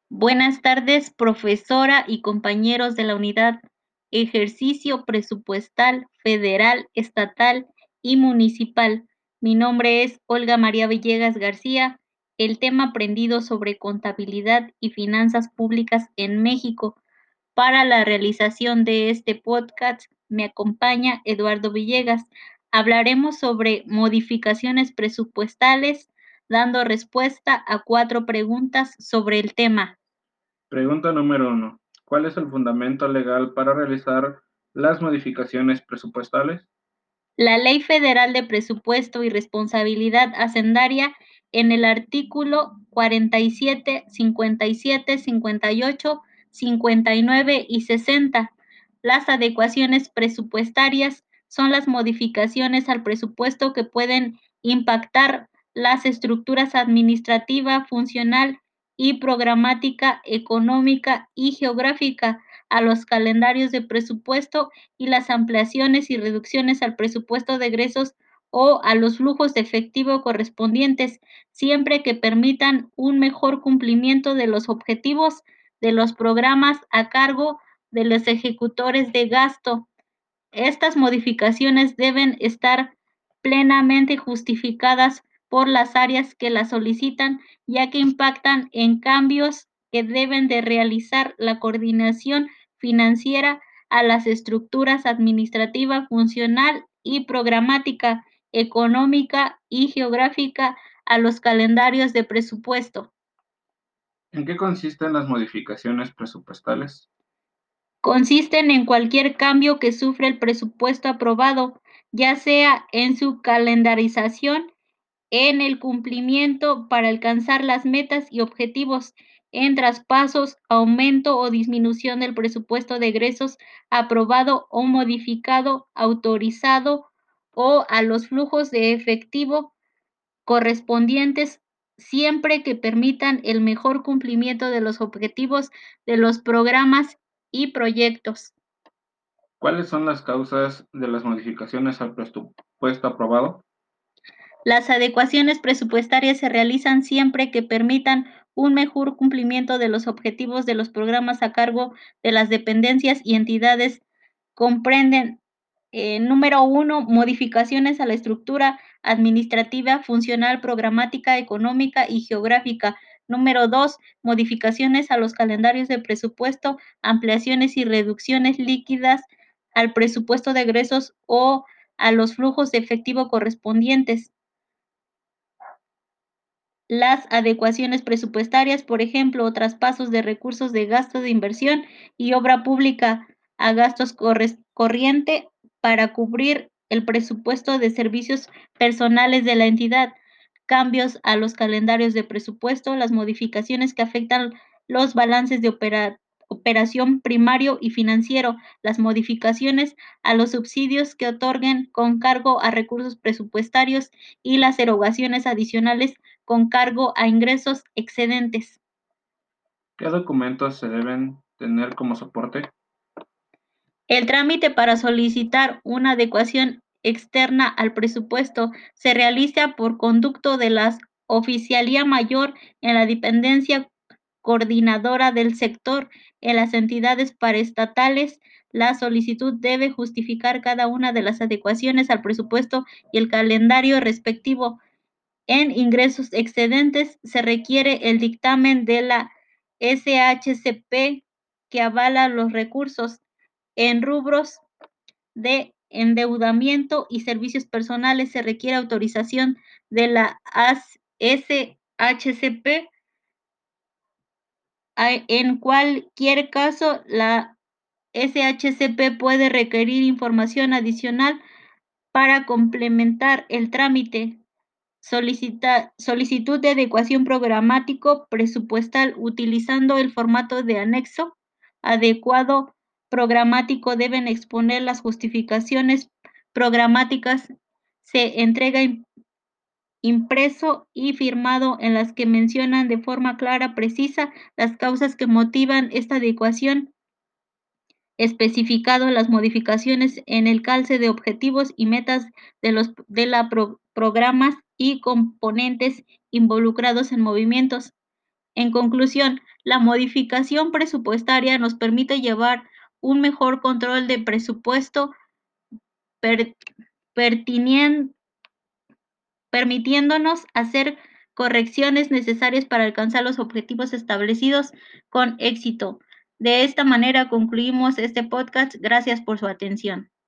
Buenas tardes, profesora y compañeros de la unidad Ejercicio Presupuestal Federal, Estatal y Municipal. Mi nombre es Olga María Villegas García. El tema aprendido sobre contabilidad y finanzas públicas en México. Para la realización de este podcast me acompaña Eduardo Villegas. Hablaremos sobre modificaciones presupuestales, dando respuesta a 4 preguntas sobre el tema. Pregunta número 1. ¿Cuál es el fundamento legal para realizar las modificaciones presupuestales? La Ley Federal de Presupuesto y Responsabilidad Hacendaria, en el artículo 47, 57, 58, 59 y 60. Las adecuaciones presupuestarias son las modificaciones al presupuesto que pueden impactar las estructuras administrativa, funcional y programática, económica y geográfica a los calendarios de presupuesto y las ampliaciones y reducciones al presupuesto de egresos o a los flujos de efectivo correspondientes, siempre que permitan un mejor cumplimiento de los objetivos de los programas a cargo de los ejecutores de gasto. Estas modificaciones deben estar plenamente justificadas por las áreas que las solicitan, ya que impactan en cambios que deben de realizar la coordinación financiera a las estructuras administrativa, funcional y programática, económica y geográfica a los calendarios de presupuesto. ¿En qué consisten las modificaciones presupuestales? Consisten en cualquier cambio que sufre el presupuesto aprobado, ya sea en su calendarización, en el cumplimiento para alcanzar las metas y objetivos, en traspasos, aumento o disminución del presupuesto de egresos aprobado o modificado, autorizado o a los flujos de efectivo correspondientes, siempre que permitan el mejor cumplimiento de los objetivos de los programas y proyectos. ¿Cuáles son las causas de las modificaciones al presupuesto aprobado? Las adecuaciones presupuestarias se realizan siempre que permitan un mejor cumplimiento de los objetivos de los programas a cargo de las dependencias y entidades. Comprenden, número 1, modificaciones a la estructura administrativa, funcional, programática, económica y geográfica. Número 2, modificaciones a los calendarios de presupuesto, ampliaciones y reducciones líquidas al presupuesto de egresos o a los flujos de efectivo correspondientes. Las adecuaciones presupuestarias, por ejemplo, traspasos de recursos de gasto de inversión y obra pública a gastos corriente para cubrir el presupuesto de servicios personales de la entidad, cambios a los calendarios de presupuesto, las modificaciones que afectan los balances de operación primario y financiero, las modificaciones a los subsidios que otorguen con cargo a recursos presupuestarios y las erogaciones adicionales con cargo a ingresos excedentes. ¿Qué documentos se deben tener como soporte? El trámite para solicitar una adecuación externa al presupuesto se realiza por conducto de la Oficialía Mayor en la dependencia coordinadora del sector en las entidades paraestatales. La solicitud debe justificar cada una de las adecuaciones al presupuesto y el calendario respectivo. En ingresos excedentes se requiere el dictamen de la SHCP que avala los recursos. En rubros de endeudamiento y servicios personales se requiere autorización de la SHCP. En cualquier caso, la SHCP puede requerir información adicional para complementar el trámite. Solicitud de adecuación programático presupuestal utilizando el formato de anexo adecuado programático deben exponer las justificaciones programáticas. Se entrega impreso y firmado en las que mencionan de forma clara, precisa, las causas que motivan esta adecuación, especificado las modificaciones en el calce de objetivos y metas de los de la programas y componentes involucrados en movimientos. En conclusión, La modificación presupuestaria nos permite llevar un mejor control de presupuesto permitiéndonos hacer correcciones necesarias para alcanzar los objetivos establecidos con éxito. De esta manera concluimos este podcast. Gracias por su atención.